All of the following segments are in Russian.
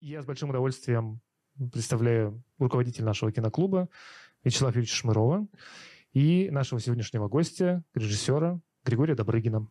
Я с большим удовольствием представляю руководителя нашего киноклуба Вячеслава Юрьевича Шмырова и нашего сегодняшнего гостя, режиссера Григория Добрыгина.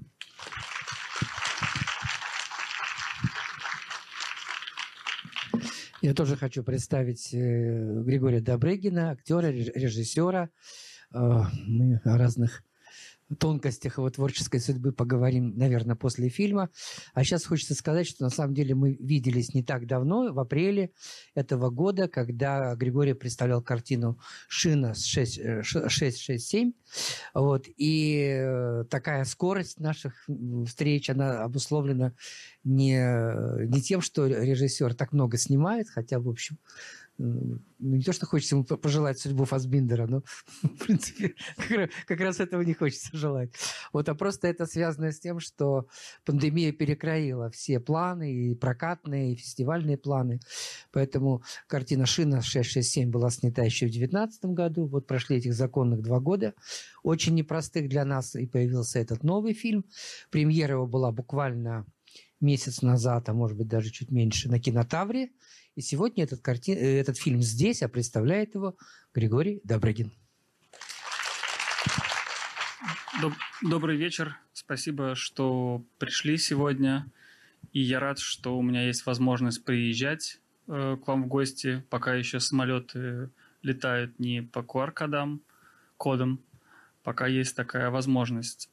Я тоже хочу представить Григория Добрыгина, актера, режиссера. Мы о разных тонкостях его творческой судьбы поговорим, наверное, после фильма. А сейчас хочется сказать, что на самом деле мы виделись не так давно, в апреле этого года, когда Григорий представлял картину «Шина» 667. Вот. И такая скорость наших встреч, она обусловлена не тем, что режиссер так много снимает, хотя, в общем, не то, что хочется ему пожелать судьбу Фассбиндера, но, в принципе, как раз этого не хочется желать. Вот, а просто это связано с тем, что пандемия перекроила все планы, и прокатные, и фестивальные планы. Поэтому картина «Шина» 667 была снята еще в 2019 году. Вот прошли этих законных 2 года, очень непростых для нас, и появился этот новый фильм. Премьера его была буквально месяц назад, а может быть даже чуть меньше, на Кинотавре. И сегодня этот фильм здесь, а представляет его Григорий Добрыгин. Добрый вечер. Спасибо, что пришли сегодня. И я рад, что у меня есть возможность приезжать к вам в гости, пока еще самолеты летают не по QR-кодам, пока есть такая возможность.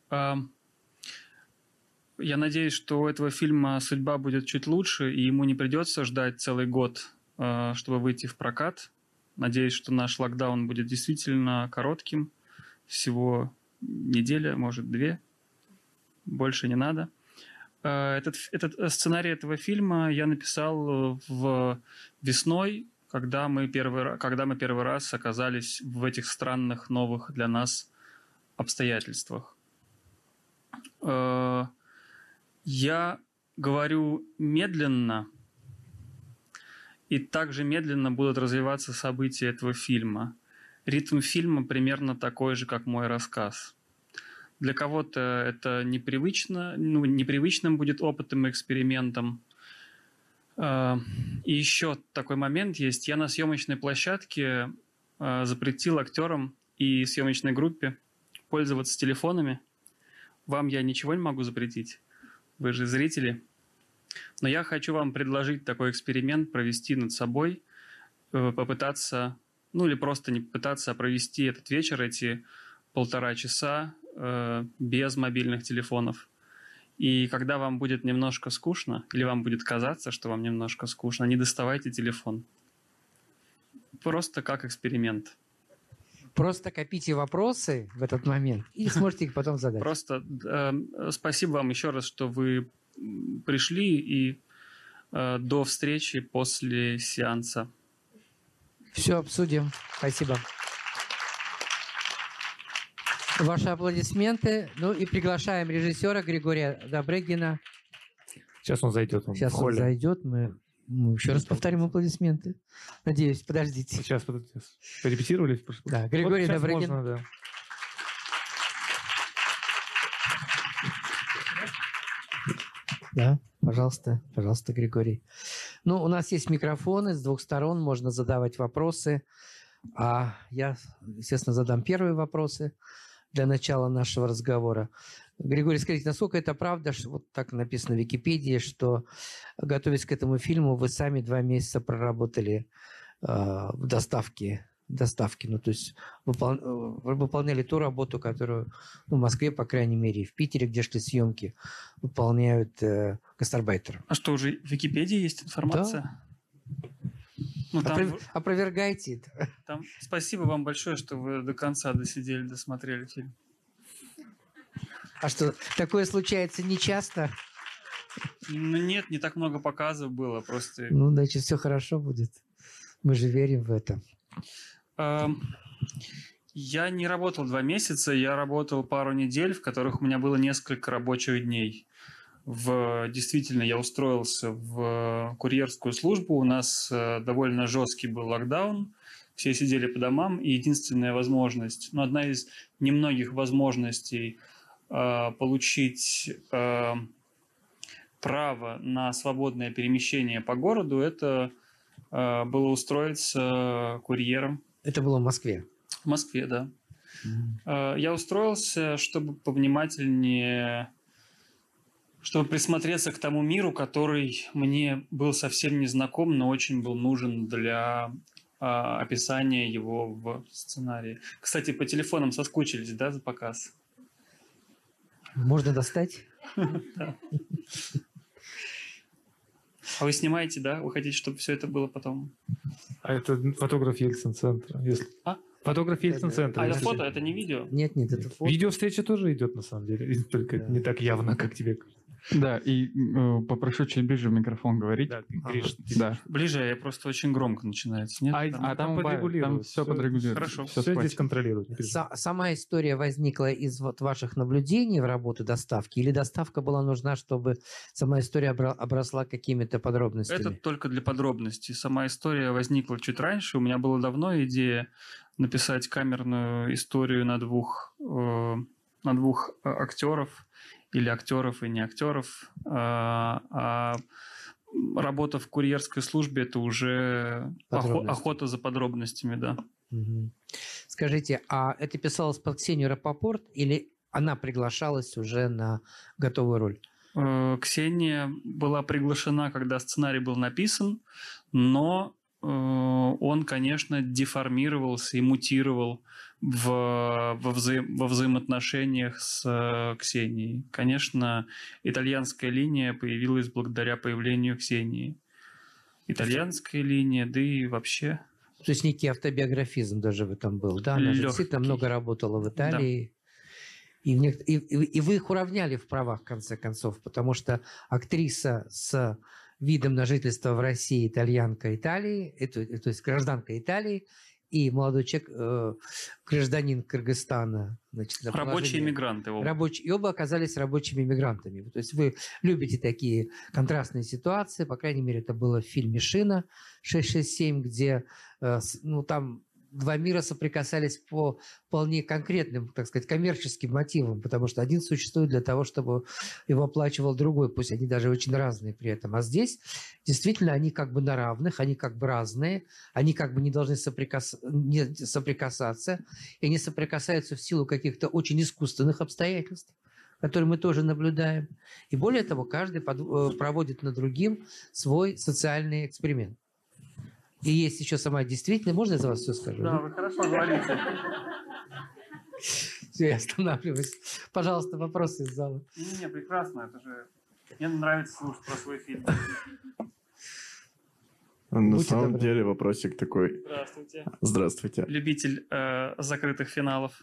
Я надеюсь, что у этого фильма судьба будет чуть лучше, и ему не придется ждать целый год, чтобы выйти в прокат. Надеюсь, что наш локдаун будет действительно коротким, всего неделя, может, 2, больше не надо. Этот сценарий этого фильма я написал весной, когда мы первый раз оказались в этих странных новых для нас обстоятельствах. Я говорю медленно, и также медленно будут развиваться события этого фильма. Ритм фильма примерно такой же, как мой рассказ. Для кого-то это непривычным будет опытом и экспериментом. И еще такой момент есть. Я на съемочной площадке запретил актерам и съемочной группе пользоваться телефонами. Вам я ничего не могу запретить. Вы же зрители. Но я хочу вам предложить такой эксперимент, провести над собой, попытаться, или просто не пытаться, а провести этот вечер, эти 1,5 часа без мобильных телефонов. И когда вам будет немножко скучно, или вам будет казаться, что вам немножко скучно, не доставайте телефон. Просто как эксперимент. Просто копите вопросы в этот момент и сможете их потом задать. Просто спасибо вам еще раз, что вы пришли, и до встречи после сеанса. Все обсудим. Спасибо. Ваши аплодисменты. И приглашаем режиссера Григория Добрыгина. Сейчас он зайдет. Сейчас он зайдет. Мы еще раз повторим аплодисменты. Надеюсь, подождите. Сейчас, порепетировали? Да, Григорий Добрыгин. Можно, да. Да, пожалуйста, Григорий. У нас есть микрофоны с 2 сторон, можно задавать вопросы. А я, естественно, задам первые вопросы для начала нашего разговора. Григорий, скажите, насколько это правда, что вот так написано в Википедии, что, готовясь к этому фильму, вы сами 2 месяца проработали в доставке, то есть вы выполняли ту работу, которую в Москве, по крайней мере, и в Питере, где шли съемки, выполняют гастарбайтеры. А что, уже в Википедии есть информация? Да. Опровергайте это. Спасибо вам большое, что вы до конца досмотрели фильм. А что, такое случается нечасто? Нет, не так много показов было, просто... Значит, все хорошо будет. Мы же верим в это. Я не работал 2 месяца, я работал пару недель, в которых у меня было несколько рабочих дней. Действительно, я устроился в курьерскую службу, у нас довольно жесткий был локдаун, все сидели по домам, и единственная возможность, одна из немногих возможностей получить право на свободное перемещение по городу, это было устроиться курьером. Это было в Москве? В Москве, да. Я устроился, чтобы повнимательнее, чтобы присмотреться к тому миру, который мне был совсем не знаком, но очень был нужен для описания его в сценарии. Кстати, по телефонам соскучились, да, за показ? Можно достать? А вы снимаете, да? Вы хотите, чтобы все это было потом? А это фотограф Ельцин-центра. Фотограф Ельцин-центра. А это фото, это не видео? Нет, это фото. Видеовстреча тоже идет, на самом деле. Только не так явно, как тебе кажется. Да, и попрошу чуть ближе в микрофон говорить. Да, Гриш, Да. Ближе, я просто очень громко начинается. Нет? Там подрегулируют. все подрегулируют. Хорошо. Все здесь контролируют. Сама история возникла из ваших наблюдений в работу доставки, или доставка была нужна, чтобы сама история обросла какими-то подробностями? Это только для подробностей. Сама история возникла чуть раньше. У меня была давно идея написать камерную историю на двух актеров, или актеров и не актеров. А работа в курьерской службе – это уже охота за подробностями, да. Угу. Скажите, а это писалось под Ксению Рапопорт или она приглашалась уже на готовую роль? Ксения была приглашена, когда сценарий был написан, но он, конечно, деформировался и мутировал во взаимоотношениях с Ксенией. Конечно, итальянская линия появилась благодаря появлению Ксении. Итальянская линия, да и вообще. То есть некий автобиографизм даже в этом был, да? Она же действительно много работала в Италии. Да. И вы их уравняли в правах, в конце концов, потому что актриса с видом на жительство в России, итальянка Италии, то есть гражданка Италии, и молодой человек, гражданин Кыргызстана. Значит, рабочие иммигранты. И оба оказались рабочими иммигрантами. То есть вы любите такие контрастные ситуации. По крайней мере, это было в фильме «Шина» 667, где там два мира соприкасались по вполне конкретным, так сказать, коммерческим мотивам, потому что один существует для того, чтобы его оплачивал другой, пусть они даже очень разные при этом. А здесь действительно они как бы на равных, они как бы разные, они как бы не должны соприкасаться, и они соприкасаются в силу каких-то очень искусственных обстоятельств, которые мы тоже наблюдаем. И более того, каждый проводит над другим свой социальный эксперимент. И есть еще сама действительность. Можно я за вас все скажу? Да, вы хорошо говорите. Все, я останавливаюсь. Пожалуйста, вопросы из зала. Не, прекрасно. Это же... Мне нравится слушать про свой фильм. На самом деле вопросик такой. Здравствуйте. Здравствуйте. Любитель закрытых финалов.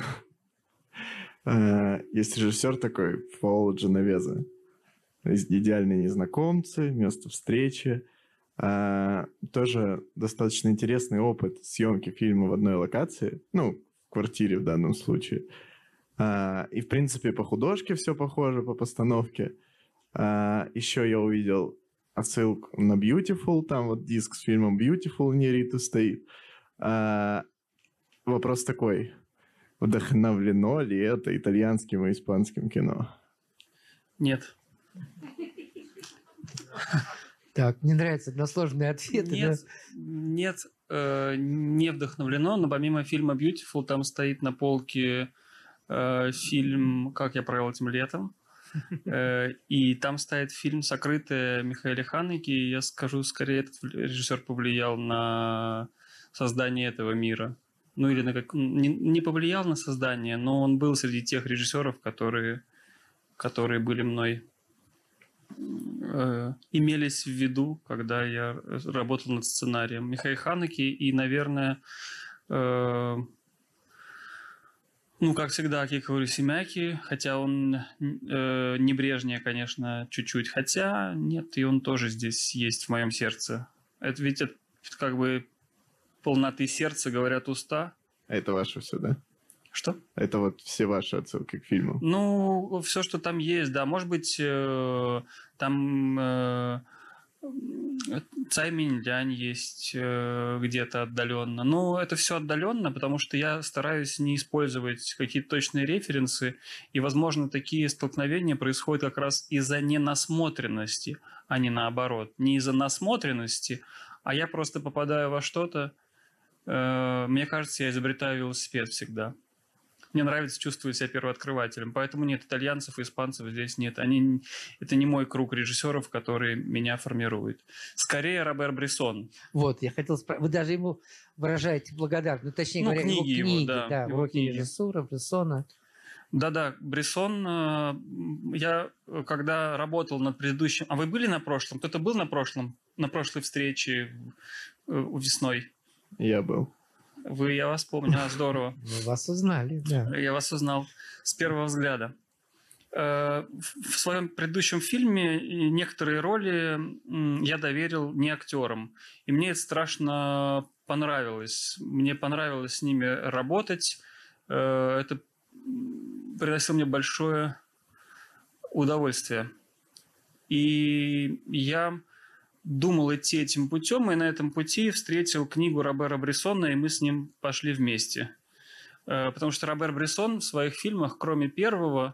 Есть режиссер такой, Паоло Дженовезе. «Идеальные незнакомцы», «Место встречи». Тоже достаточно интересный опыт съемки фильма в одной локации, в квартире в данном случае. И, в принципе, по художке все похоже, по постановке. Еще я увидел отсылку на Beautiful, там вот диск с фильмом Beautiful Иньярриту стоит. Вопрос такой, вдохновлено ли это итальянским и испанским кино? Нет. Так, мне нравятся односложные ответы. Нет, не вдохновлено, но помимо фильма Beautiful там стоит на полке фильм «Как я провел этим летом». И там стоит фильм «Сокрытое» Михаэля Ханеке. И я скажу, скорее, этот режиссер повлиял на создание этого мира. Или не повлиял на создание, но он был среди тех режиссеров, которые были мной имелись в виду, когда я работал над сценарием. Михаил Ханеке и, наверное, как всегда, Акико Урисимяки, хотя он небрежнее, конечно, чуть-чуть. Хотя нет, и он тоже здесь есть в моем сердце. Это ведь как бы полноты сердца говорят уста. А это ваше все, да? Что? Это вот все ваши отсылки к фильму? Все, что там есть, да. Может быть, там Цай Минь-лянь есть где-то отдаленно. Но это все отдаленно, потому что я стараюсь не использовать какие-то точные референсы, и, возможно, такие столкновения происходят как раз из-за ненасмотренности, а не наоборот. Не из-за насмотренности, а я просто попадаю во что-то. Мне кажется, я изобретаю велосипед всегда. Мне нравится чувствовать себя первооткрывателем, поэтому нет итальянцев и испанцев здесь нет. Это не мой круг режиссеров, который меня формирует. Скорее Робер Брессон. Вот, я хотел спросить, вы даже ему выражаете благодарность, ну, точнее говоря, книги его книги, да, его уроки книги. режиссуры, Брессона. Да-да, Брессон, я когда работал над предыдущим... А вы были на прошлом? Кто-то был на прошлой встрече весной? Я был. Я вас помню, здорово. Мы вас узнали, да. Я вас узнал с первого взгляда. В своем предыдущем фильме некоторые роли я доверил не актерам. И мне это страшно понравилось. Мне понравилось с ними работать. Это приносило мне большое удовольствие. И я думал идти этим путем, и на этом пути встретил книгу Робера Брессона, и мы с ним пошли вместе. Потому что Робер Брессон в своих фильмах, кроме первого,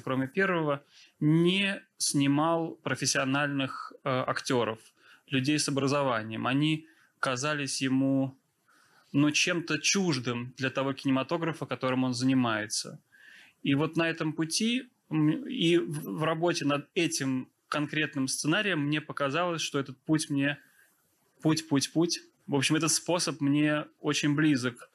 не снимал профессиональных актеров, людей с образованием. Они казались ему чем-то чуждым для того кинематографа, которым он занимается. И вот на этом пути и в работе над этим конкретным сценарием мне показалось, что этот путь мне... Путь. В общем, этот способ мне очень близок.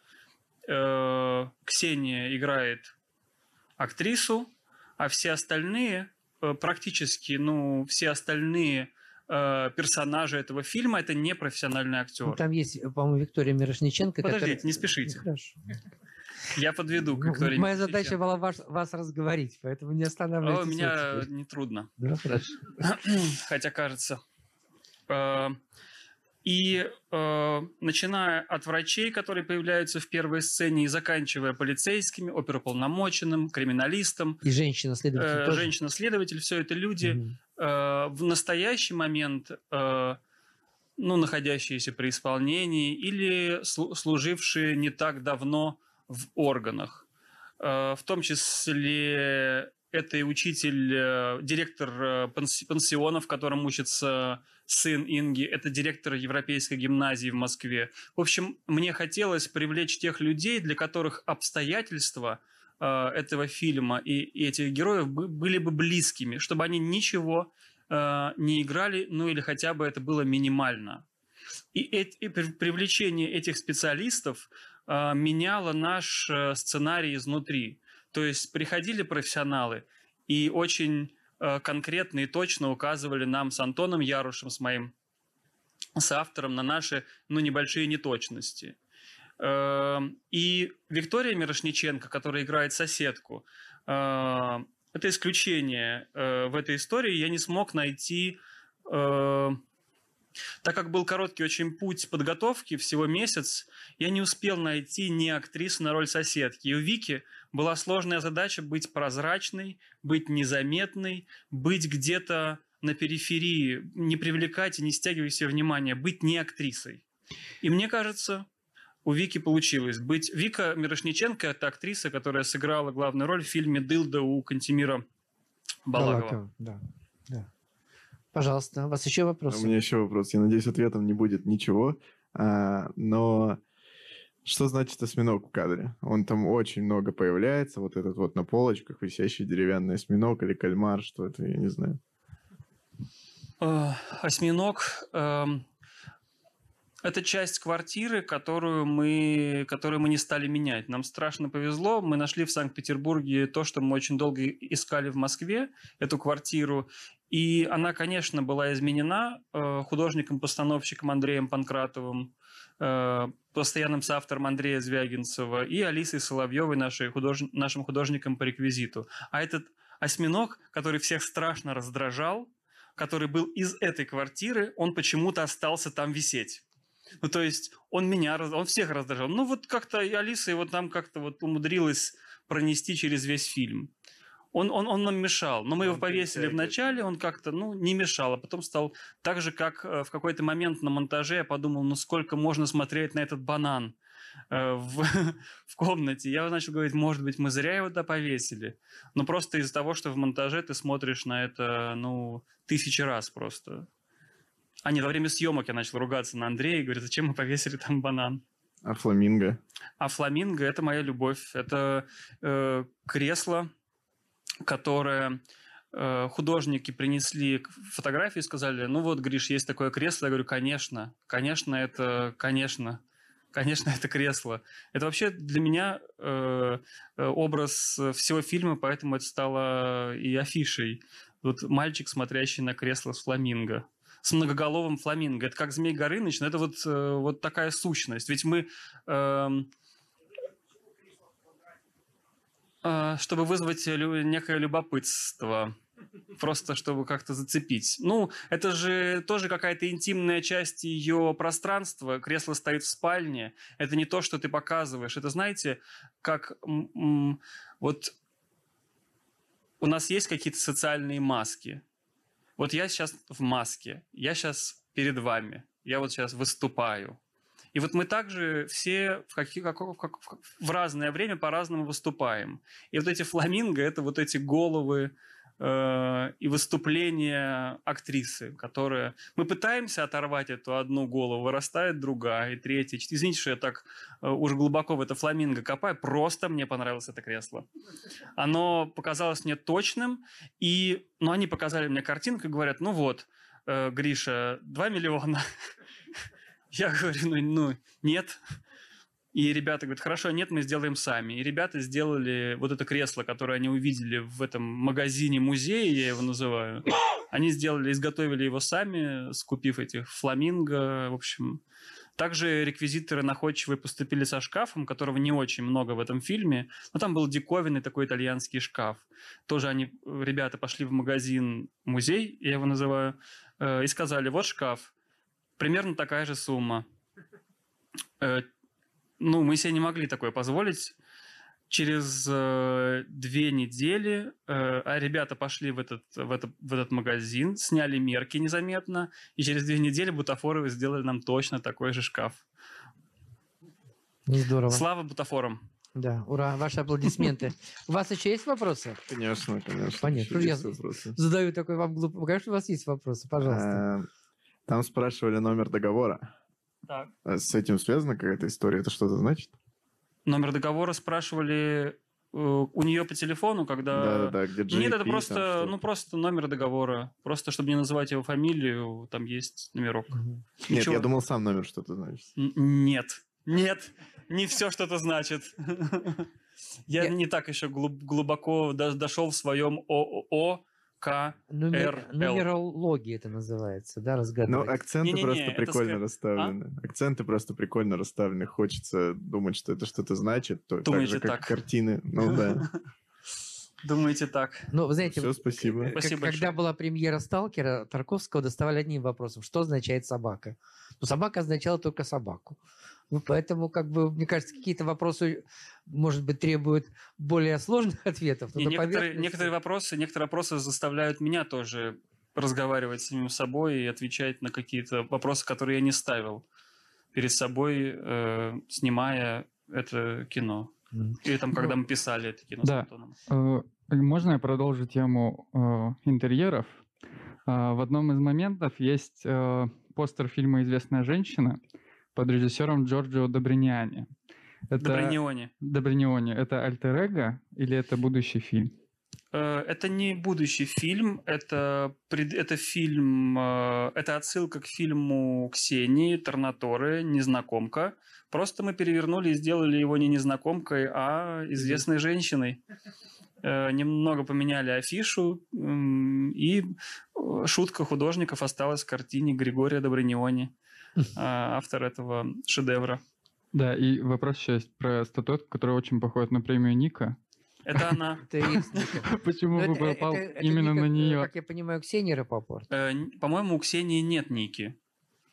Ксения играет актрису, а все остальные, практически, все остальные персонажи этого фильма – это не профессиональные актеры. Ну, там есть, по-моему, Виктория Мирошниченко. Подождите, не спешите. Ну, хорошо. Я подведу к Виктории. Моя задача была вас разговорить, поэтому не останавливайтесь. У меня нетрудно. Да, хорошо. Хотя кажется. И начиная от врачей, которые появляются в первой сцене, и заканчивая полицейскими, оперуполномоченным, криминалистом. И женщина-следователь тоже. Женщина-следователь, все это люди в настоящий момент, находящиеся при исполнении или служившие не так давно в органах. В том числе это и учитель, директор пансиона, в котором учится сын Инги. Это директор Европейской гимназии в Москве. В общем, мне хотелось привлечь тех людей, для которых обстоятельства этого фильма и этих героев были бы близкими, чтобы они ничего не играли, или хотя бы это было минимально. И привлечение этих специалистов меняло наш сценарий изнутри. То есть приходили профессионалы и очень конкретно и точно указывали нам с Антоном Ярушем, с моим соавтором, на наши небольшие неточности. И Виктория Мирошниченко, которая играет соседку, это исключение в этой истории. Я не смог найти... Так как был короткий очень путь подготовки, всего месяц, я не успел найти ни актрису на роль соседки. И у Вики была сложная задача быть прозрачной, быть незаметной, быть где-то на периферии, не привлекать и не стягивать себе внимание, быть не актрисой. И мне кажется, у Вики получилось быть. Вика Мирошниченко – это актриса, которая сыграла главную роль в фильме «Дылда» у Кантемира Балагова. Да. Пожалуйста, у вас еще вопросы? У меня еще вопрос. Я надеюсь, ответом не будет ничего. Но что значит осьминог в кадре? Он там очень много появляется. Вот этот вот на полочках висящий деревянный осьминог или кальмар, что это, я не знаю. Осьминог это часть квартиры, которую мы не стали менять. Нам страшно повезло. Мы нашли в Санкт-Петербурге то, что мы очень долго искали в Москве, эту квартиру. И она, конечно, была изменена художником-постановщиком Андреем Панкратовым, постоянным соавтором Андрея Звягинцева и Алисой Соловьевой, нашим художником по реквизиту. А этот осьминог, который всех страшно раздражал, который был из этой квартиры, он почему-то остался там висеть. То есть он всех раздражал. Как-то и Алиса его там как-то умудрилась пронести через весь фильм. Он нам мешал, но мы его Он повесили притягивает. вначале, он как-то, не мешал, а потом стал так же, как в какой-то момент на монтаже я подумал, сколько можно смотреть на этот банан в, в комнате. Я начал говорить, может быть, мы зря его туда повесили, но просто из-за того, что в монтаже ты смотришь на это, 1000 раз просто. А нет, во время съемок я начал ругаться на Андрея и говорю, зачем мы повесили там банан? А фламинго? А фламинго – это моя любовь. Это кресло, которое художники принесли фотографии и сказали, Гриш, есть такое кресло. Я говорю, конечно, это кресло. Это вообще для меня образ всего фильма, поэтому это стало и афишей. Вот мальчик, смотрящий на кресло с фламинго. С многоголовым фламинго. Это как Змей Горыныч, но это вот такая сущность. Ведь мы... чтобы вызвать некое любопытство, просто чтобы как-то зацепить. Это же тоже какая-то интимная часть ее пространства. Кресло стоит в спальне. Это не то, что ты показываешь. Это, знаете, как вот у нас есть какие-то социальные маски. Вот я сейчас в маске, я сейчас перед вами, я вот сейчас выступаю. И вот мы также все в разное время по-разному выступаем. И вот эти фламинго – это вот эти головы и выступления актрисы, которые... Мы пытаемся оторвать эту одну голову, вырастает другая, и третья. Извините, что я так уж глубоко в это фламинго копаю, просто мне понравилось это кресло. Оно показалось мне точным, но они показали мне картинку и говорят, Гриша, 2 миллиона. Я говорю, нет. И ребята говорят, хорошо, нет, мы сделаем сами. И ребята сделали вот это кресло, которое они увидели в этом магазине-музее, я его называю. Они изготовили его сами, скупив этих фламинго, в общем. Также реквизиторы находчивые поступили со шкафом, которого не очень много в этом фильме. Но там был диковинный такой итальянский шкаф. Тоже ребята пошли в магазин-музей, я его называю, и сказали, вот шкаф. Примерно такая же сумма. Мы себе не могли такое позволить. Через 2 недели ребята пошли в этот магазин, сняли мерки незаметно, и через 2 недели бутафоровы сделали нам точно такой же шкаф. Здорово. Слава бутафорам! Да, ура, ваши аплодисменты. У вас еще есть вопросы? Конечно. Понятно. Еще Я есть вопросы. задаю такой вам глупый. Конечно, у вас есть вопросы, пожалуйста. Там спрашивали номер договора. Так. С этим связана какая-то история? Это что-то значит? Номер договора спрашивали у нее по телефону, когда... Да, где GP, Нет, это там просто номер договора. Просто, чтобы не называть его фамилию, там есть номерок. Нет, Ничего. я думал, сам номер что-то значит. Нет, не все что-то значит. Я не так еще глубоко дошел в своем ООО. Нумерология это называется, да, разгадывать. Акценты Не-не-не, просто это прикольно расставлены. Акценты просто прикольно расставлены. Хочется думать, что это что-то значит. Так Думаете же, как так? картины. Да. Думаете так? Вы знаете, Все, спасибо. Спасибо когда большое. была премьера «Сталкера», Тарковского доставали одним вопросом. Что означает собака? Собака означала только собаку. Поэтому, мне кажется, какие-то вопросы, может быть, требуют более сложных ответов. И некоторые вопросы заставляют меня тоже разговаривать с самим собой и отвечать на какие-то вопросы, которые я не ставил перед собой, снимая это кино. Или когда мы писали это кино с Да. Антоном. Можно я продолжу тему интерьеров? В одном из моментов есть постер фильма «Известная женщина» под режиссером Джорджио Добриньяни. Добриньоне. Добриньоне. Это альтер-эго или это будущий фильм? Это не будущий фильм, это фильм, это отсылка к фильму Ксении Торнаторе «Незнакомка». Просто мы перевернули и сделали его не незнакомкой, а известной женщиной. Немного поменяли афишу, и шутка художников осталась в картине Григория Добриньони, автор этого шедевра. Да, и вопрос еще есть про статуэтку, которая очень походит на премию Ника. Это она. Это и есть Ника. Почему Но выбор пал это именно Ника, на нее? Как я понимаю, Ксения Рапопорт. По-моему, у Ксении нет Ники.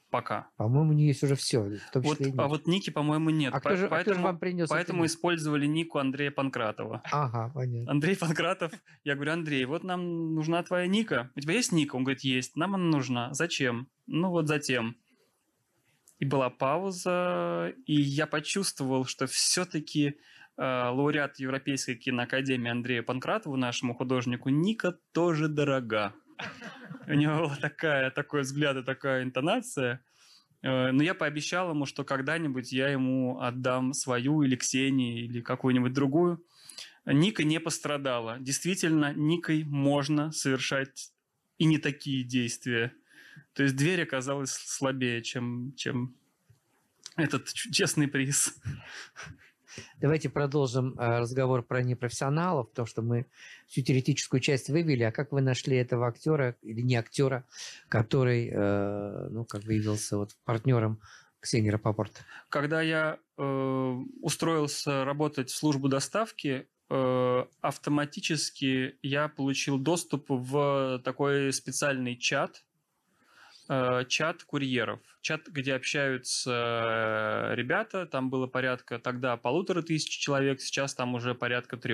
Пока. По-моему, у нее есть уже все, в том числе и А Ника. вот Ники, по-моему, нет. А кто же вам принес Поэтому эту Нику? использовали Нику Андрея Панкратова. Ага, понятно. Андрей Панкратов, я говорю: Андрей, вот нам нужна твоя Ника. У тебя есть Ника? Он говорит: есть. Нам она нужна. Зачем? Ну вот затем. И была пауза, и я почувствовал, что все-таки лауреат Европейской киноакадемии Андрею Панкратову, нашему художнику, Ника тоже дорога. У него была такой взгляд и такая интонация. Но я пообещал ему, что когда-нибудь я ему отдам свою или Ксении, или какую-нибудь другую. Ника не пострадала. Действительно, Никой можно совершать и не такие действия. То есть дверь оказалась слабее, чем этот честный приз. Давайте продолжим разговор про непрофессионалов, потому что мы всю теоретическую часть вывели. А как вы нашли этого актера или не актера, который, явился вот партнером Ксении Рапопорт? Когда я устроился работать в службу доставки, автоматически я получил доступ в такой специальный чат курьеров. Чат, где общаются ребята. Там было порядка тогда 1500 человек, сейчас там уже порядка 3.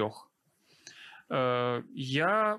Я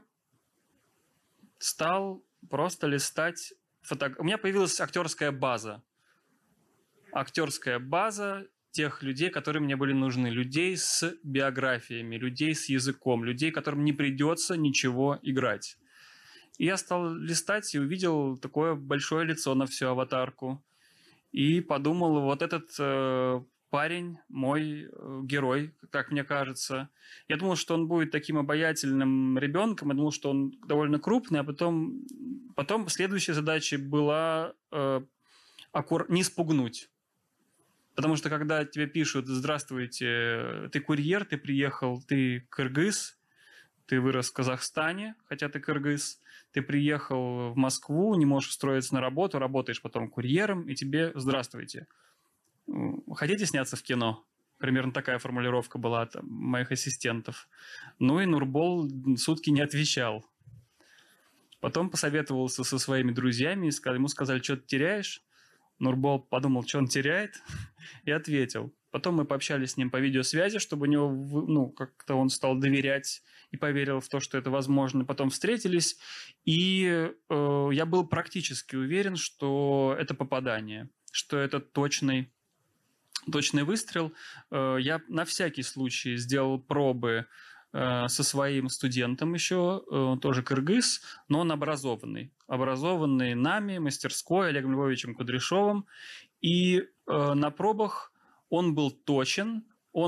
стал просто листать У меня появилась актерская база. Актерская база тех людей, которые мне были нужны. Людей с биографиями, людей с языком, людей, которым не придется ничего играть. И я стал листать и увидел такое большое лицо на всю аватарку. И подумал, вот этот парень, мой герой, как мне кажется. Я думал, что он будет таким обаятельным ребенком. Я думал, что он довольно крупный. А потом следующая задача была не спугнуть. Потому что когда тебе пишут: здравствуйте, ты курьер, ты приехал, ты кыргыз, ты вырос в Казахстане, хотя ты кыргыз, ты приехал в Москву, не можешь устроиться на работу, работаешь потом курьером, и тебе: здравствуйте, хотите сняться в кино? Примерно такая формулировка была от моих ассистентов. Ну и Нурбол сутки не отвечал. Потом посоветовался со своими друзьями, ему сказали: что ты теряешь? Нурбол подумал, что он теряет, и ответил. Потом мы пообщались с ним по видеосвязи, чтобы у него, как-то он стал доверять и поверил в то, что это возможно. Потом встретились, и я был практически уверен, что это попадание, что это точный выстрел. Я на всякий случай сделал пробы со своим студентом еще, тоже кыргыз, но он образованный нами, мастерской, Олегом Львовичем Кудряшовым. И на пробах он был точен,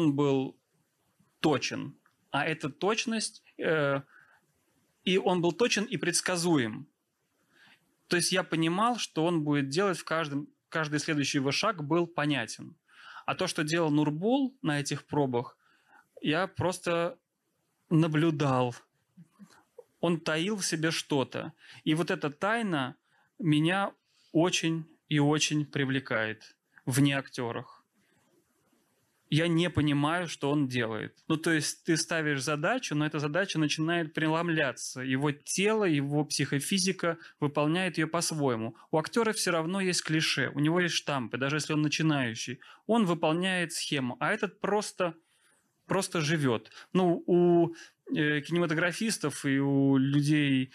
а эта точность, и он был точен и предсказуем. То есть я понимал, что он будет делать каждый следующий его шаг был понятен. А то, что делал Нурбол на этих пробах, я просто наблюдал. Он таил в себе что-то. И вот эта тайна меня очень и очень привлекает в неактерах. Я не понимаю, что он делает. То есть ты ставишь задачу, но эта задача начинает преломляться. Его тело, его психофизика выполняет ее по-своему. У актера все равно есть клише, у него есть штампы, даже если он начинающий. Он выполняет схему, а этот просто живет. У кинематографистов и у людей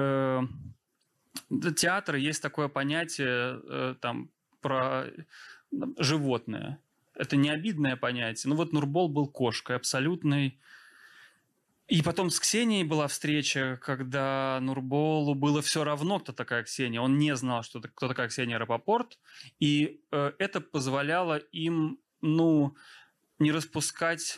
театра есть такое понятие про животное. Это не обидное понятие. Нурбол был кошкой абсолютной. И потом с Ксенией была встреча, когда Нурболу было все равно, кто такая Ксения. Он не знал, кто такая Ксения Рапопорт. И это позволяло им, не распускать...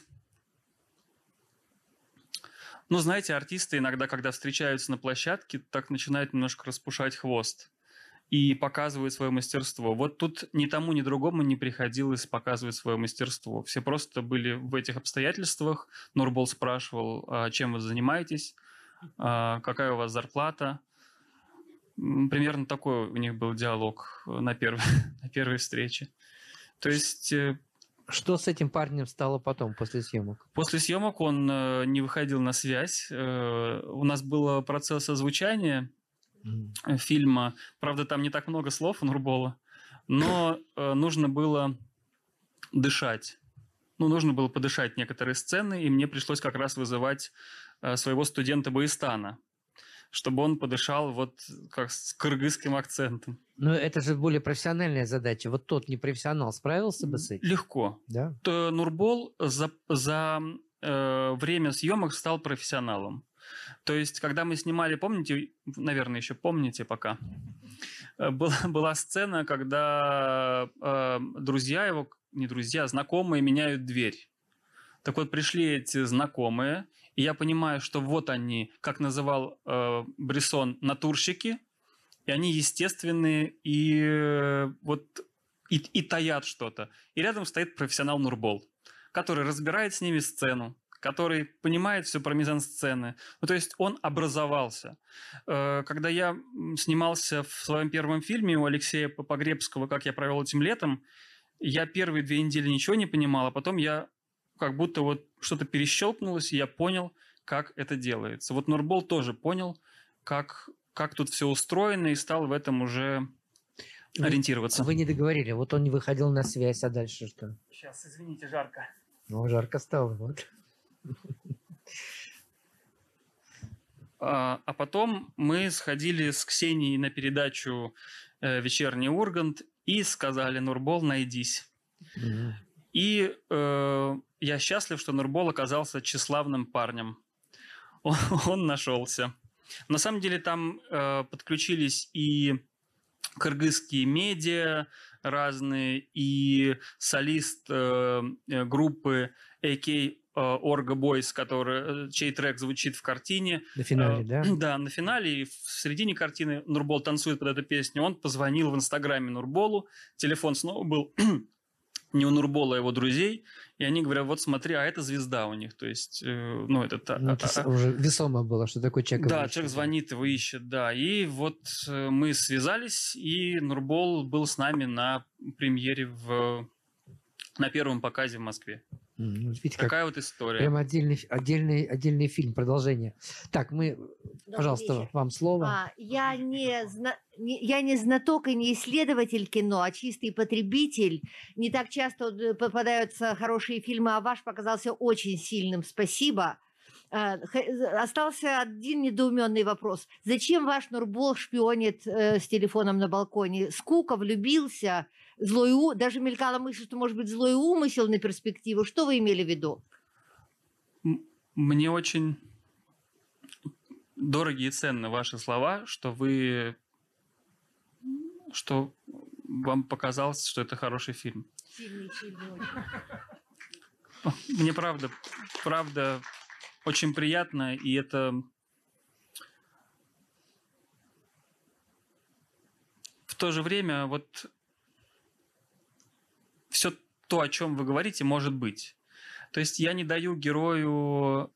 знаете, артисты иногда, когда встречаются на площадке, так начинают немножко распушать хвост и показывают свое мастерство. Вот тут ни тому, ни другому не приходилось показывать свое мастерство. Все просто были в этих обстоятельствах. Нурбол спрашивал: чем вы занимаетесь, какая у вас зарплата. Примерно такой у них был диалог на первой встрече. То есть... Что с этим парнем стало потом, после съемок? После съемок он не выходил на связь. У нас был процесс озвучания фильма. Правда, там не так много слов у Нурбола. но нужно было дышать. Ну, нужно было подышать некоторые сцены, и мне пришлось как раз вызывать своего студента Боистана, чтобы он подышал вот как с кыргызским акцентом. Но это же более профессиональная задача. Вот тот непрофессионал справился бы с этим? Легко. Да. Нурбол за время съемок стал профессионалом. То есть, когда мы снимали, помните, наверное, еще помните пока, была сцена, когда друзья его, не друзья, а знакомые меняют дверь. Так вот, пришли эти знакомые, и я понимаю, что вот они, как называл Брессон, натурщики, и они естественные, и таят что-то. И рядом стоит профессионал Нурбол, который разбирает с ними сцену, который понимает все про мизансцены. Ну, то есть он образовался. Когда я снимался в своем первом фильме у Алексея Погребского «Как я провел этим летом», я первые 2 недели ничего не понимал, а потом я как будто вот что-то перещелкнулось, и я понял, как это делается. Вот Нурбол тоже понял, как тут все устроено, и стал в этом уже ориентироваться. Вы не договорили. Вот он не выходил на связь, а дальше что? Сейчас, извините, жарко. Ну, жарко стало. Вот. А потом мы сходили с Ксенией на передачу «Вечерний Ургант» и сказали: Нурбол, найдись. Мгм. И я счастлив, что Нурбол оказался тщеславным парнем. Он нашелся. На самом деле там подключились и кыргызские медиа разные, и солист группы AK Orga Boys, чей трек звучит в картине. На финале, да? Да, на финале и в середине картины Нурбол танцует под эту песню. Он позвонил в Инстаграме Нурболу. Телефон снова был не у Нурбола, а его друзей. И они говорят: вот смотри, а это звезда у них. То есть, Ну, это уже весомо было, что такой человек. да, вышел. человек звонит, его ищет, да. И вот мы связались, и Нурбол был с нами на премьере на первом показе в Москве. Видите, как Такая вот история. прям отдельный фильм, продолжение. Так, пожалуйста, вечер. вам слово. Я не знаток и не исследователь кино, а чистый потребитель. Не так часто попадаются хорошие фильмы, а ваш показался очень сильным. Спасибо. Остался один недоуменный вопрос. Зачем ваш Нурбол шпионит с телефоном на балконе? Скука, влюбился, даже мелькала мысль, что может быть злой умысел на перспективу. Что вы имели в виду? Мне очень дороги и ценны ваши слова, что вам показалось, что это хороший фильм. Сильный очень. Мне правда очень приятно, и это в то же время вот все то, о чем вы говорите, может быть. То есть я не даю герою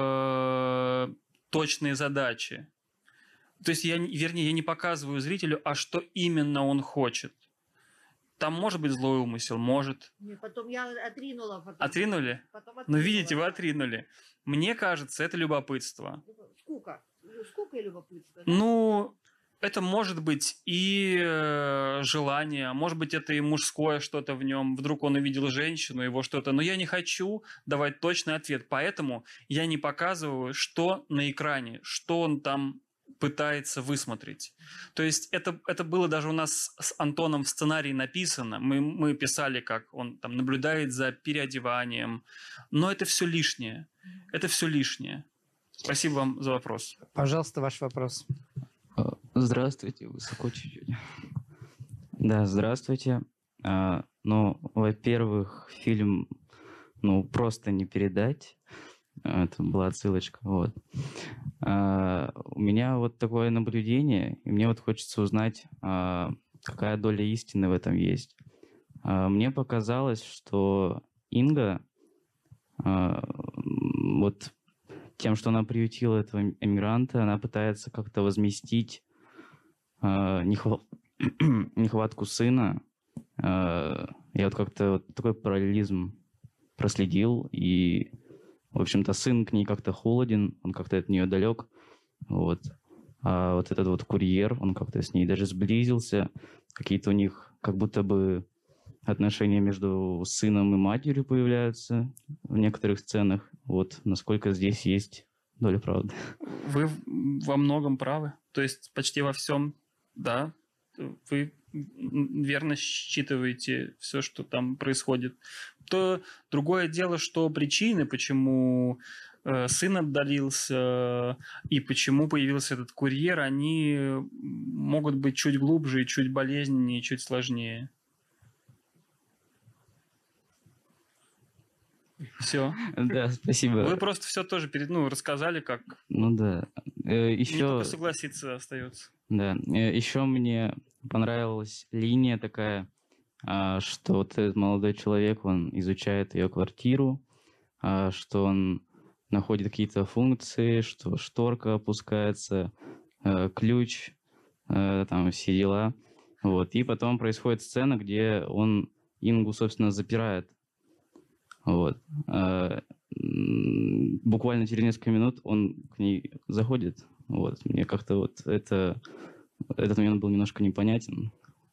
точные задачи. То есть я не показываю зрителю, а что именно он хочет. Там может быть злой умысел, может. Потом я отринула. Отринули? Ну, видите, вы отринули. Мне кажется, это любопытство. Скука. Скука и любопытство. Да? Ну, это может быть и желание, может быть, это и мужское что-то в нем. Вдруг он увидел женщину, его что-то. Но я не хочу давать точный ответ, поэтому я не показываю, что на экране, что он там пытается высмотреть. То есть это было даже у нас с Антоном в сценарии написано. Мы писали, как он там наблюдает за переодеванием. Но это все лишнее. Это все лишнее. Спасибо вам за вопрос. Пожалуйста, ваш вопрос. Здравствуйте, высоко чуть-чуть. Да, здравствуйте. Ну, во-первых, фильм, просто не передать. Это была отсылочка, вот. У меня вот такое наблюдение, и мне вот хочется узнать, какая доля истины в этом есть. Мне показалось, что Инга, вот тем, что она приютила этого эмигранта, она пытается как-то возместить нехватку сына. Я вот как-то вот такой параллелизм проследил, и в общем-то, сын к ней как-то холоден, он как-то от нее далек. Вот. А вот этот вот курьер, он как-то с ней даже сблизился. Какие-то у них как будто бы отношения между сыном и матерью появляются в некоторых сценах. Вот насколько здесь есть доля правды. Вы во многом правы. То есть почти во всем, да. Вы верно считываете все, что там происходит. То другое дело, что причины, почему сын отдалился и почему появился этот курьер, они могут быть чуть глубже, и чуть болезненнее, и чуть сложнее. Все. Да, спасибо. Вы просто все тоже рассказали, как. Ну да. Мне Еще, только согласиться остается. да, еще мне понравилась линия такая, что вот этот молодой человек, он изучает ее квартиру, что он находит какие-то функции, что шторка опускается, ключ, там все дела. Вот. И потом происходит сцена, где он Ингу, собственно, запирает. Вот. Буквально через несколько минут он к ней заходит. Вот. Мне как-то вот этот момент был немножко непонятен.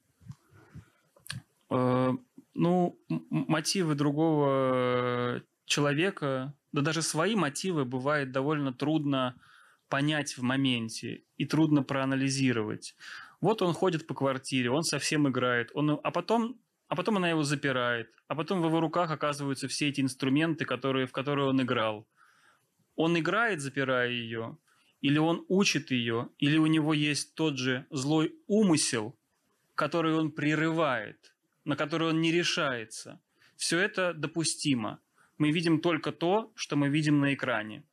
Мотивы другого человека, да даже свои мотивы бывает довольно трудно понять в моменте и трудно проанализировать. Вот он ходит по квартире, он совсем играет, а потом она его запирает, а потом в его руках оказываются все эти инструменты, в которые он играл. Он играет, запирая ее, или он учит ее, или у него есть тот же злой умысел, который он прерывает, на который он не решается. Все это допустимо. Мы видим только то, что мы видим на экране.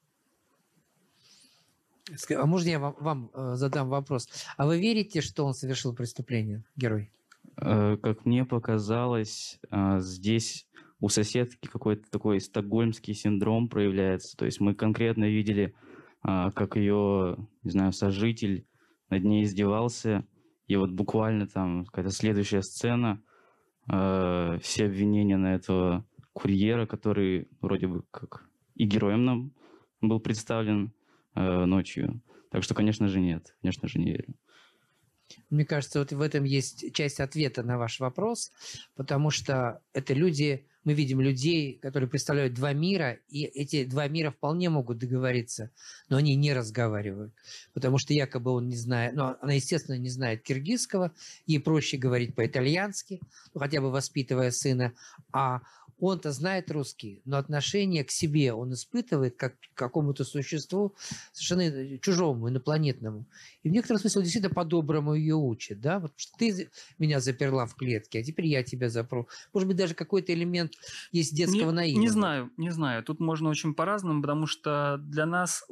А можно я вам задам вопрос? А вы верите, что он совершил преступление, герой? Как мне показалось, здесь у соседки какой-то такой стокгольмский синдром проявляется. То есть мы конкретно видели, как ее, не знаю, сожитель над ней издевался. И вот буквально там какая-то следующая сцена, все обвинения на этого курьера, который вроде бы как и героем нам был представлен ночью. Так что, конечно же, нет. Конечно же, не верю. Мне кажется, вот в этом есть часть ответа на ваш вопрос, потому что это люди, мы видим людей, которые представляют два мира, и эти два мира вполне могут договориться, но они не разговаривают, потому что якобы он не знает, она, естественно, не знает киргизского, ей проще говорить по-итальянски, хотя бы воспитывая сына, а он-то знает русский, но отношение к себе он испытывает как к какому-то существу совершенно чужому, инопланетному. И в некотором смысле он действительно по-доброму ее учит. Да? Вот что ты меня заперла в клетке, а теперь я тебя запру. Может быть, даже какой-то элемент есть детского наива. Не знаю. Тут можно очень по-разному, потому что для нас,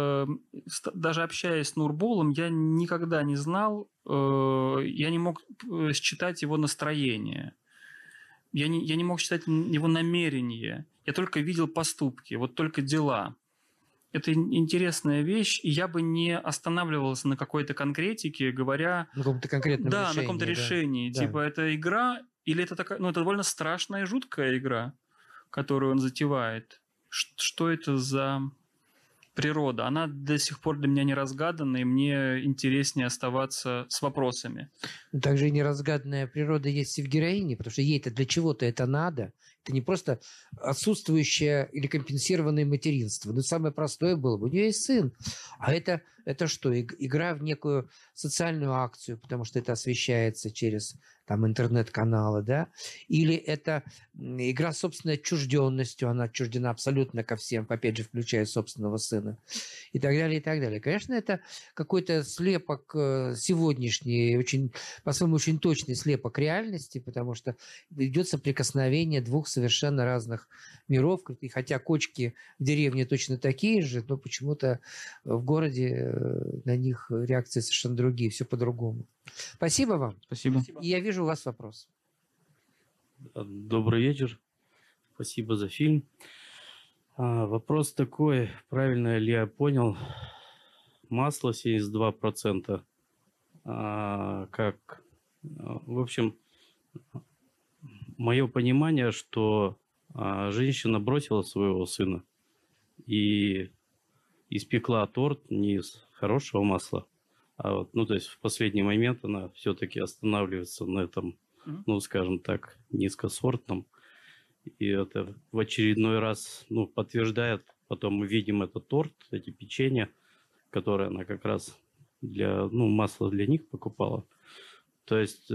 даже общаясь с Нурбулом, я никогда не знал, я не мог считать его настроение. Я не мог считать его намерения. Я только видел поступки, вот только дела. Это интересная вещь, и я бы не останавливался на какой-то конкретике, говоря... На каком-то конкретном решении. Да, на каком-то решении. Да. Типа, это игра, или это такая... это довольно страшная и жуткая игра, которую он затевает. Что это за природа? Она до сих пор для меня не разгадана, и мне интереснее оставаться с вопросами. Также и неразгаданная природа есть и в героине, потому что ей-то для чего-то это надо. Это не просто отсутствующее или компенсированное материнство. Но самое простое было бы. У нее есть сын. А это что? Игра в некую социальную акцию, потому что это освещается через интернет-каналы, да? Или это игра собственной отчужденностью, она отчуждена абсолютно ко всем, опять же, включая собственного сына. И так далее, и так далее. Конечно, это какой-то слепок сегодняшний, по-своему, очень точный слепок реальности, потому что идет соприкосновение двух совершенно разных миров. И хотя кочки в деревне точно такие же, но почему-то в городе на них реакции совершенно другие, все по-другому. Спасибо вам. Спасибо. И я вижу у вас вопрос. Добрый вечер. Спасибо за фильм. Вопрос такой, правильно ли я понял, масло 72%, в общем, мое понимание, что женщина бросила своего сына и испекла торт не из хорошего масла, Ну, то есть в последний момент она все-таки останавливается на этом, ну, скажем так, низкосортном. И это в очередной раз, ну, подтверждает. Потом мы видим этот торт, эти печенья, которые она как раз для, ну, масло для них покупала. То есть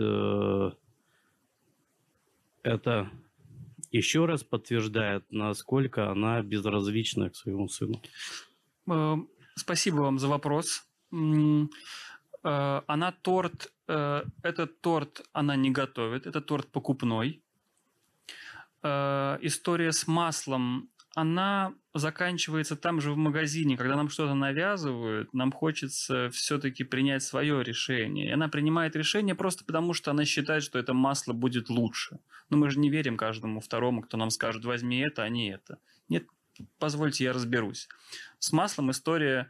это еще раз подтверждает, насколько она безразлична к своему сыну. Спасибо вам за вопрос. Она торт, этот торт она не готовит, это торт покупной. История с маслом, она заканчивается там же в магазине. Когда нам что-то навязывают, нам хочется все-таки принять свое решение. И она принимает решение просто потому, что она считает, что это масло будет лучше. Но мы же не верим каждому второму, кто нам скажет, возьми это, а не это. Нет, позвольте, я разберусь. С маслом история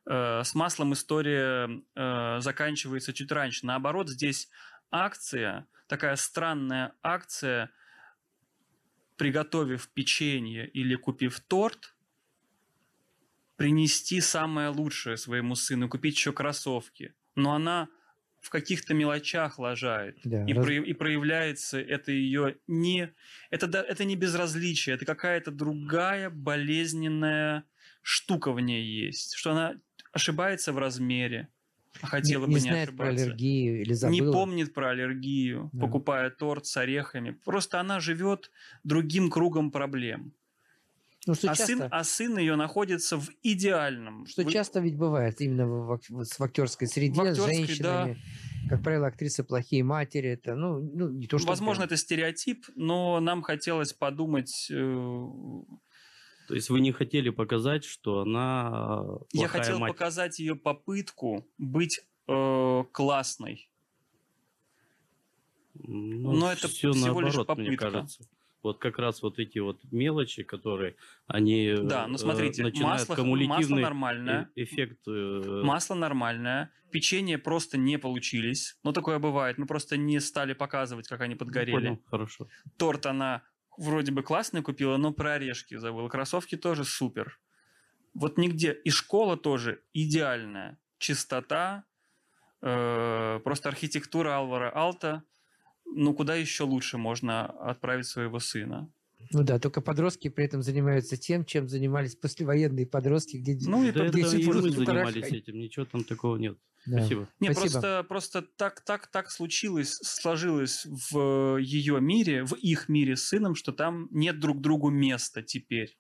заканчивается чуть раньше. Наоборот, здесь акция, такая странная акция, приготовив печенье или купив торт, принести самое лучшее своему сыну, купить еще кроссовки. Но она в каких-то мелочах лажает. Да, и проявляется это ее не... Это не безразличие, это какая-то другая болезненная штука в ней есть. Что она ошибается в размере, а хотела бы не знает ошибаться. про аллергию или забыла. Не помнит про аллергию, Да. покупая торт с орехами. Просто она живет другим кругом проблем. Ну, что А часто, сын ее находится в идеальном. что часто ведь бывает именно в актерской среде, В актерской, с женщинами. Как правило, актрисы плохие матери. Это, ну не то, что... Возможно, это стереотип, но нам хотелось подумать... То есть вы не хотели показать, что она плохая Я хотел мать? показать ее попытку быть классной. Ну, Но это все всего лишь наоборот, мне попытка. кажется. Вот как раз вот эти вот мелочи, которые они Да, ну смотрите, начинают масло кумулятивный нормальное. эффект. Масло нормальное, печенье просто не получились. Ну, такое бывает. Мы просто не стали показывать, как они подгорели. Понял, хорошо. Торт она вроде бы классный купила, но про орешки забыла. Кроссовки тоже супер. Вот нигде. И школа тоже идеальная. Чистота, просто архитектура Альвара Алта. Ну, куда еще лучше можно отправить своего сына? Ну да, только подростки при этом занимаются тем, чем занимались послевоенные подростки, где... Ну, и Да где это сих и пор мы фотографии. занимались этим, ничего там такого нет. Да. Спасибо. Не, Спасибо. просто так сложилось в ее мире, в их мире с сыном, что там нет друг другу места теперь.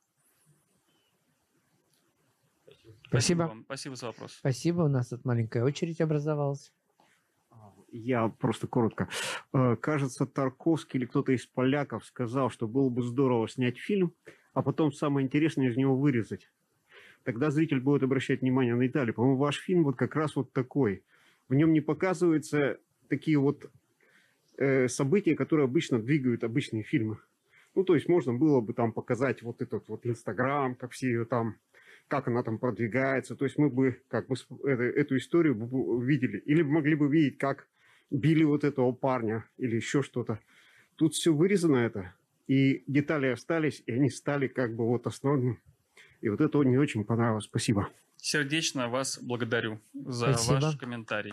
Спасибо. вам. Спасибо за вопрос. Спасибо, у нас тут маленькая очередь образовалась. Я просто коротко. Кажется, Тарковский или кто-то из поляков сказал, что было бы здорово снять фильм, а потом самое интересное из него вырезать. Тогда зритель будет обращать внимание на детали. По-моему, ваш фильм вот как раз вот такой. В нем не показываются такие вот события, которые обычно двигают обычные фильмы. Ну, то есть можно было бы там показать вот этот вот Инстаграм, как все ее там, как она там продвигается. То есть мы бы как бы эту историю видели. Или могли бы видеть, как били вот этого парня или еще что-то. Тут все вырезано это. И детали остались, и они стали как бы вот основными. И вот это мне очень понравилось. Спасибо. Сердечно вас благодарю за Спасибо. ваш комментарий.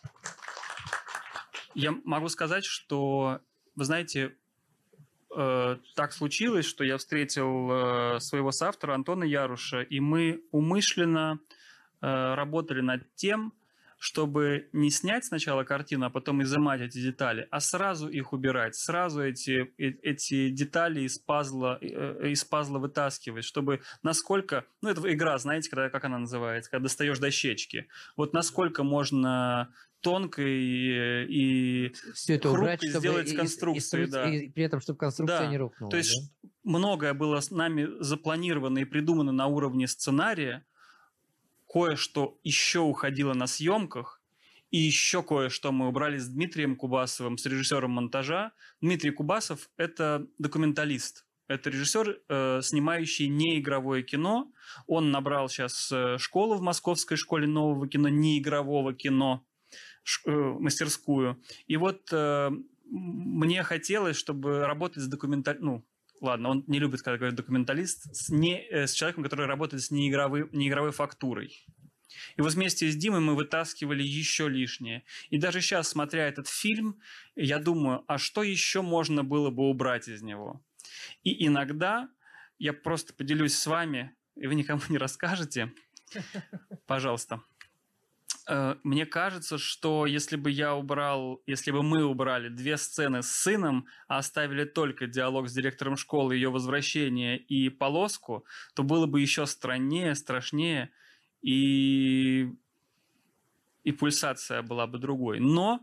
Я могу сказать, что, вы знаете, так случилось, что я встретил своего соавтора Антона Яруша, и мы умышленно работали над тем, чтобы не снять сначала картину, а потом изымать эти детали, а сразу их убирать, сразу эти детали из пазла вытаскивать, чтобы насколько... Ну, это игра, знаете, как она называется, когда достаешь дощечки. Вот насколько можно тонко и Все это хрупко убрать, чтобы сделать конструкцию. Да. и при этом, чтобы конструкция Да. не рухнула. То есть да? многое было с нами запланировано и придумано на уровне сценария, кое-что еще уходило на съемках, и еще кое-что мы убрали с Дмитрием Кубасовым, с режиссером монтажа. Дмитрий Кубасов – это документалист. Это режиссер, снимающий неигровое кино. Он набрал сейчас школу в Московской школе нового кино, неигрового кино, мастерскую. И вот мне хотелось, чтобы работать с документалистом, ладно, он не любит, когда говорят документалист, с человеком, который работает с неигровой фактурой. И вот вместе с Димой мы вытаскивали еще лишнее. И даже сейчас, смотря этот фильм, я думаю, а что еще можно было бы убрать из него? И иногда я просто поделюсь с вами, и вы никому не расскажете, пожалуйста. Мне кажется, что если бы мы убрали 2 сцены с сыном, а оставили только диалог с директором школы, ее возвращение и полоску, то было бы еще страннее, страшнее, и пульсация была бы другой. Но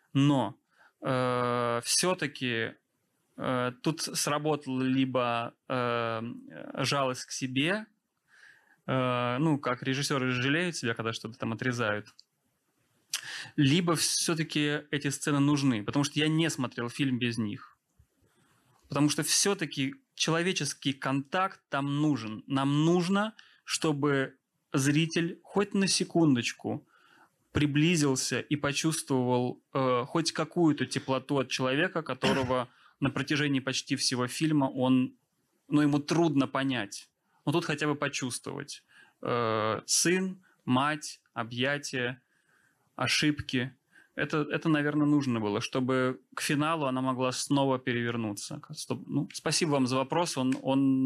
все-таки тут сработала либо жалость к себе, как режиссеры жалеют себя, когда что-то там отрезают, либо все-таки эти сцены нужны, потому что я не смотрел фильм без них. Потому что все-таки человеческий контакт там нужен. Нам нужно, чтобы зритель хоть на секундочку приблизился и почувствовал хоть какую-то теплоту от человека, которого на протяжении почти всего фильма ему трудно понять. Но тут хотя бы почувствовать. Сын, мать, объятия, ошибки. Это, наверное, нужно было, чтобы к финалу она могла снова перевернуться. Спасибо вам за вопрос. Он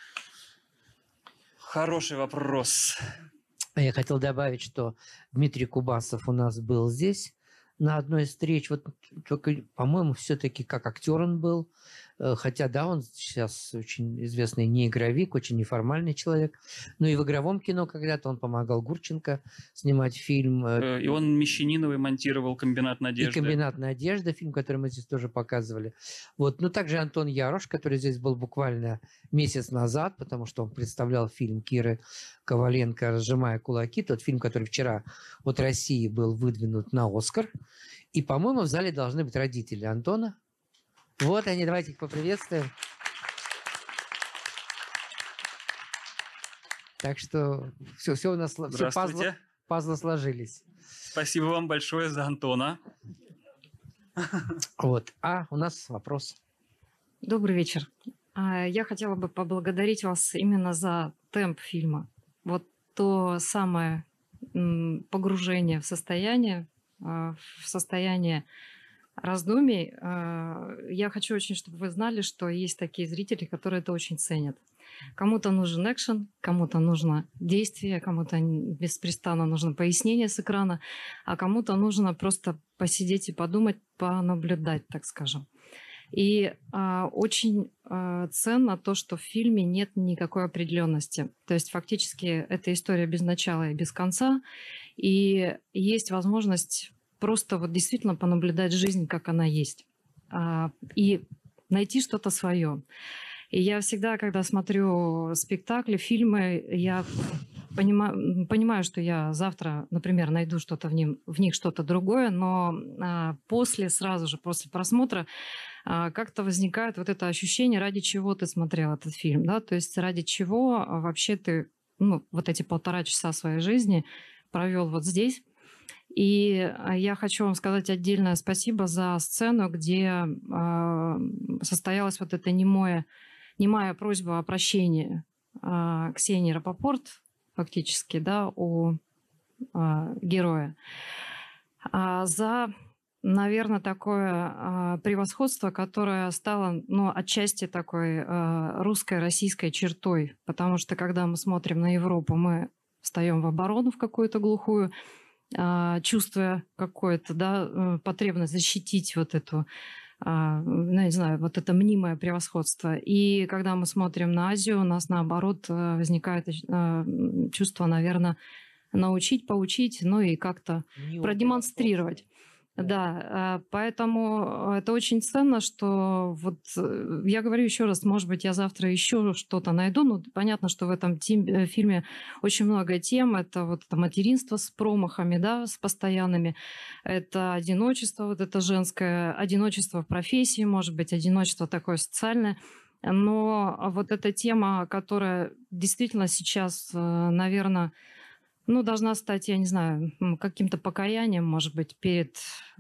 хороший вопрос. Я хотел добавить, что Дмитрий Кубасов у нас был здесь на одной из встреч. Вот только, по-моему, все-таки как актер он был. Хотя, да, он сейчас очень известный неигровик, очень неформальный человек. Но и в игровом кино когда-то он помогал Гурченко снимать фильм. И он Мещаниновой монтировал «Комбинат надежды». И «Комбинат надежды», фильм, который мы здесь тоже показывали. Вот. Ну, также Антон Ярош, который здесь был буквально месяц назад, потому что он представлял фильм Киры Коваленко «Разжимая кулаки», тот фильм, который вчера от России был выдвинут на «Оскар». И, по-моему, в зале должны быть родители Антона. Вот они, давайте их поприветствуем. Так что все у нас, все пазлы сложились. Спасибо вам большое за Антона. Вот. У нас вопрос. Добрый вечер. Я хотела бы поблагодарить вас именно за темп фильма. Вот то самое погружение в состояние раздумий. Я хочу очень, чтобы вы знали, что есть такие зрители, которые это очень ценят. Кому-то нужен экшен, кому-то нужно действие, кому-то беспрестанно нужно пояснение с экрана, а кому-то нужно просто посидеть и подумать, понаблюдать, так скажем. И очень ценно то, что в фильме нет никакой определенности. То есть фактически это история без начала и без конца, и есть возможность просто вот действительно понаблюдать жизнь, как она есть, и найти что-то свое. И я всегда, когда смотрю спектакли, фильмы, я понимаю, что я завтра, например, найду что-то в них что-то другое, но сразу же после просмотра как-то возникает вот это ощущение, ради чего ты смотрел этот фильм, да, то есть ради чего вообще ты вот эти 1,5 часа своей жизни провел вот здесь. И я хочу вам сказать отдельное спасибо за сцену, где состоялась вот эта немая просьба о прощении Ксении Рапопорт, фактически, да, у героя, за, наверное, такое превосходство, которое стало, отчасти такой русской, российской чертой, потому что, когда мы смотрим на Европу, мы встаем в оборону в какую-то глухую, чувствуя какое-то, да, потребность защитить вот эту, не знаю, вот это мнимое превосходство. И когда мы смотрим на Азию, у нас, наоборот, возникает чувство, наверное, научить, поучить, и как-то продемонстрировать. Да, поэтому это очень ценно, что вот я говорю еще раз, может быть, я завтра еще что-то найду. Понятно, что в этом фильме очень много тем. Это вот это материнство с промахами, да, с постоянными. Это одиночество, вот это женское, одиночество в профессии, может быть, одиночество такое социальное. Но вот эта тема, которая действительно сейчас, наверное, должна стать, я не знаю, каким-то покаянием, может быть, перед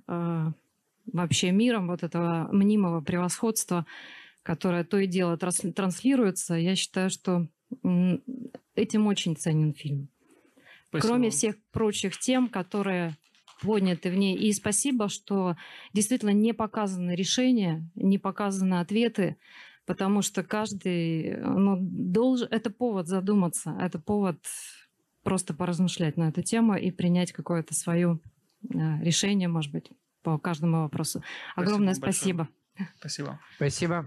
вообще миром вот этого мнимого превосходства, которое то и дело транслируется. Я считаю, что этим очень ценен фильм. Спасибо. Кроме всех прочих тем, которые подняты в ней. И спасибо, что действительно не показаны решения, не показаны ответы, потому что каждый должен... Это повод задуматься, это повод просто поразмышлять на эту тему и принять какое-то свое решение, может быть, по каждому вопросу. Огромное спасибо. Спасибо. Спасибо.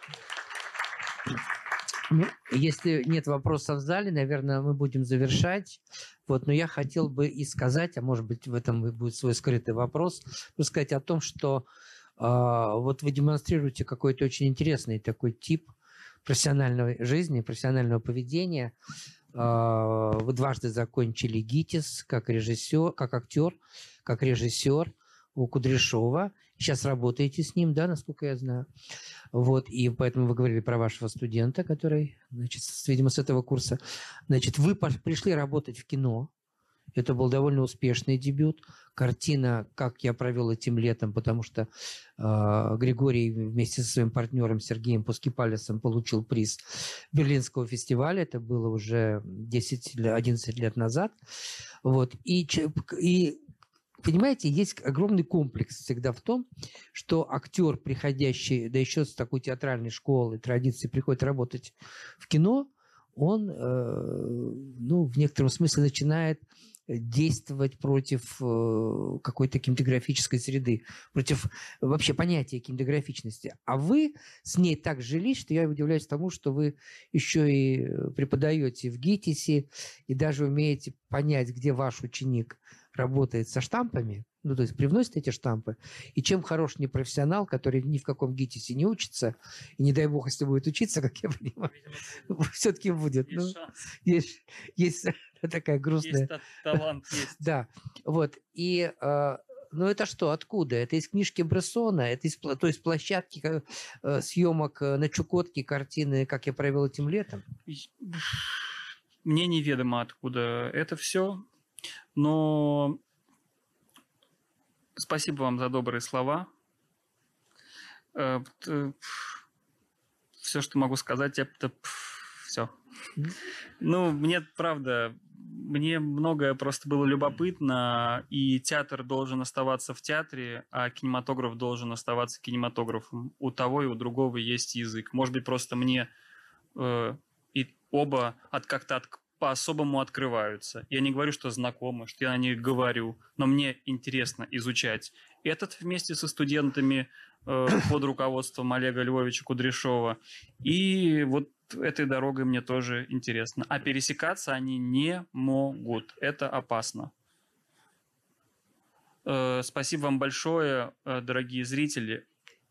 Если нет вопросов в зале, наверное, мы будем завершать. Вот, но я хотел бы и сказать, а может быть в этом будет свой скрытый вопрос, сказать о том, что вот вы демонстрируете какой-то очень интересный такой тип профессиональной жизни, профессионального поведения. Вы дважды закончили ГИТИС как режиссер, как актер, как режиссер у Кудряшова. Сейчас работаете с ним, да, насколько я знаю. Вот, и поэтому вы говорили про вашего студента, который, значит, видимо, с этого курса. Значит, вы пришли работать в кино. Это был довольно успешный дебют. Картина «Как я провел этим летом», потому что Григорий вместе со своим партнером Сергеем Пускипалисом получил приз Берлинского фестиваля. Это было уже 10-11 лет назад. Вот. И понимаете, есть огромный комплекс всегда в том, что актер, приходящий, да еще с такой театральной школы, традиции, приходит работать в кино, он, в некотором смысле начинает действовать против какой-то кинематографической среды, против вообще понятия кинематографичности. А вы с ней так жились, что я удивляюсь тому, что вы еще и преподаете в ГИТИСе и даже умеете понять, где ваш ученик работает со штампами, то есть привносит эти штампы, и чем хорош непрофессионал, который ни в каком ГИТИСе не учится, и не дай бог, если будет учиться, как я понимаю, все-таки будет. Есть такая грустная... Есть талант, есть. Да, вот. И, это что, откуда? Это из книжки Брессона, это то есть площадки съемок на Чукотке, картины «Как я провел этим летом»? Мне неведомо, откуда это все. Но спасибо вам за добрые слова. Все, что могу сказать, это все. Мне, правда, мне многое просто было любопытно, и театр должен оставаться в театре, а кинематограф должен оставаться кинематографом. У того и у другого есть язык. Может быть, просто мне и оба как-то по-особому открываются. Я не говорю, что знакомы, что я о них говорю, но мне интересно изучать этот вместе со студентами под руководством Олега Львовича Кудряшова. И вот этой дорогой мне тоже интересно. А пересекаться они не могут. Это опасно. Спасибо вам большое, дорогие зрители.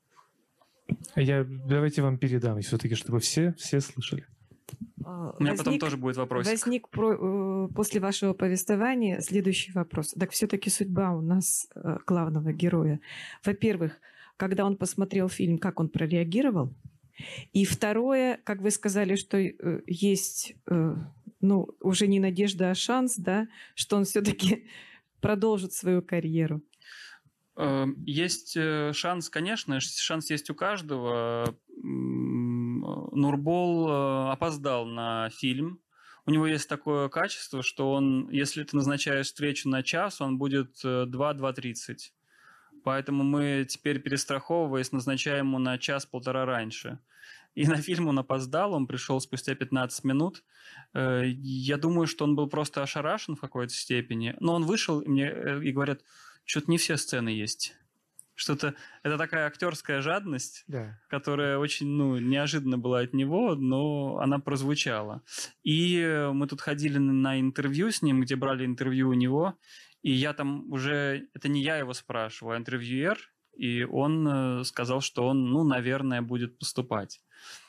Давайте вам передам, все-таки, чтобы все слышали. У меня потом тоже будет вопросик. Возник после вашего повествования следующий вопрос. Так все-таки судьба у нас главного героя. Во-первых, когда он посмотрел фильм, как он прореагировал? И второе, как вы сказали, что есть уже не надежда, а шанс, да, что он все-таки продолжит свою карьеру. Есть шанс, конечно, шанс есть у каждого. Нурбол опоздал на фильм. У него есть такое качество, что он, если ты назначаешь встречу на час, он будет 2:30. Поэтому мы теперь, перестраховываясь, назначаем ему на час-полтора раньше. И на фильм он опоздал, он пришел спустя 15 минут. Я думаю, что он был просто ошарашен в какой-то степени. Но он вышел, и говорят, что-то не все сцены есть. Что-то это такая актерская жадность, да, которая очень неожиданно была от него, но она прозвучала. И мы тут ходили на интервью с ним, где брали интервью у него, и я там уже... Это не я его спрашивал, а интервьюер, и он сказал, что он, наверное, будет поступать.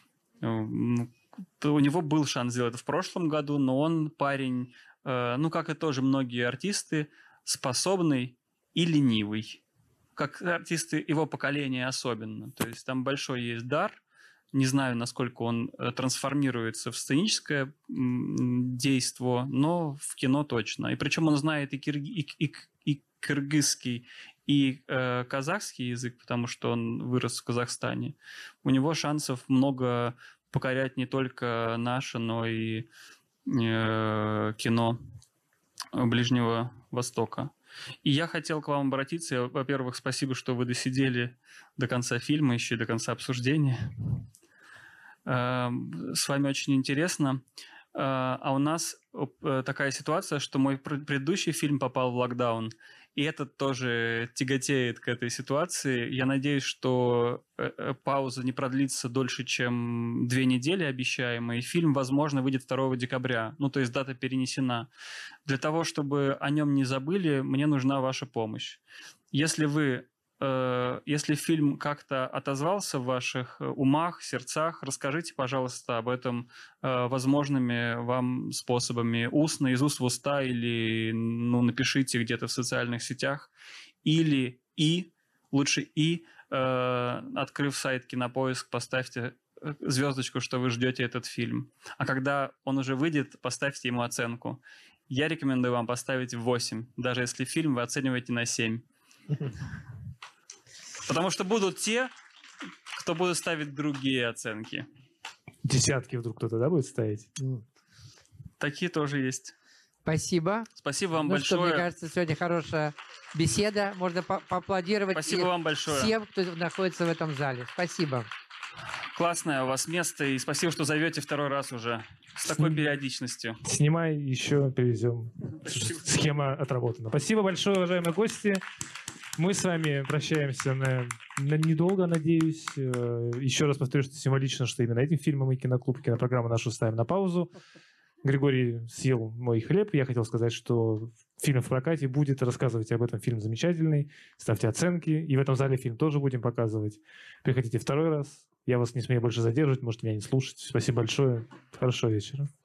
У него был шанс сделать это в прошлом году, но он парень, как и тоже многие артисты, способный и ленивый. Как артисты его поколения особенно. То есть там большой есть дар. Не знаю, насколько он трансформируется в сценическое действо, но в кино точно. И причем он знает и кыргызский, и казахский язык, потому что он вырос в Казахстане. У него шансов много покорять не только наше, но и кино. Ближнего Востока. И я хотел к вам обратиться. Во-первых, спасибо, что вы досидели до конца фильма, еще и до конца обсуждения. С вами очень интересно. А у нас такая ситуация, что мой предыдущий фильм попал в локдаун, и этот тоже тяготеет к этой ситуации. Я надеюсь, что пауза не продлится дольше, чем 2 недели обещаемые, и фильм, возможно, выйдет 2 декабря. Ну, то есть дата перенесена. Для того, чтобы о нем не забыли, мне нужна ваша помощь. Если фильм как-то отозвался в ваших умах, сердцах, расскажите, пожалуйста, об этом возможными вам способами. Устно, из уст в уста, или напишите где-то в социальных сетях. Или лучше открыв сайт Кинопоиск, поставьте звездочку, что вы ждете этот фильм. А когда он уже выйдет, поставьте ему оценку. Я рекомендую вам поставить 8, даже если фильм вы оцениваете на 7. Потому что будут те, кто будет ставить другие оценки. Десятки вдруг кто-то, да, будет ставить? Такие тоже есть. Спасибо. Спасибо вам большое. большое. Мне кажется, сегодня хорошая беседа. Можно поаплодировать Спасибо вам большое. всем, кто находится в этом зале. Спасибо. Классное у вас место, и спасибо, что зовете 2-й раз уже с такой периодичностью. Снимай, еще перевезем. Схема отработана. Спасибо большое, уважаемые гости. Мы с вами прощаемся на недолго, надеюсь. Еще раз повторю, что символично, что именно этим фильмом и киноклуб, кинопрограмму нашу ставим на паузу. Григорий съел мой хлеб. Я хотел сказать, что фильм в прокате будет, рассказывать об этом. Фильм замечательный. Ставьте оценки. И в этом зале фильм тоже будем показывать. Приходите 2-й раз. Я вас не смею больше задерживать, можете меня не слушать. Спасибо большое. Хорошего вечера.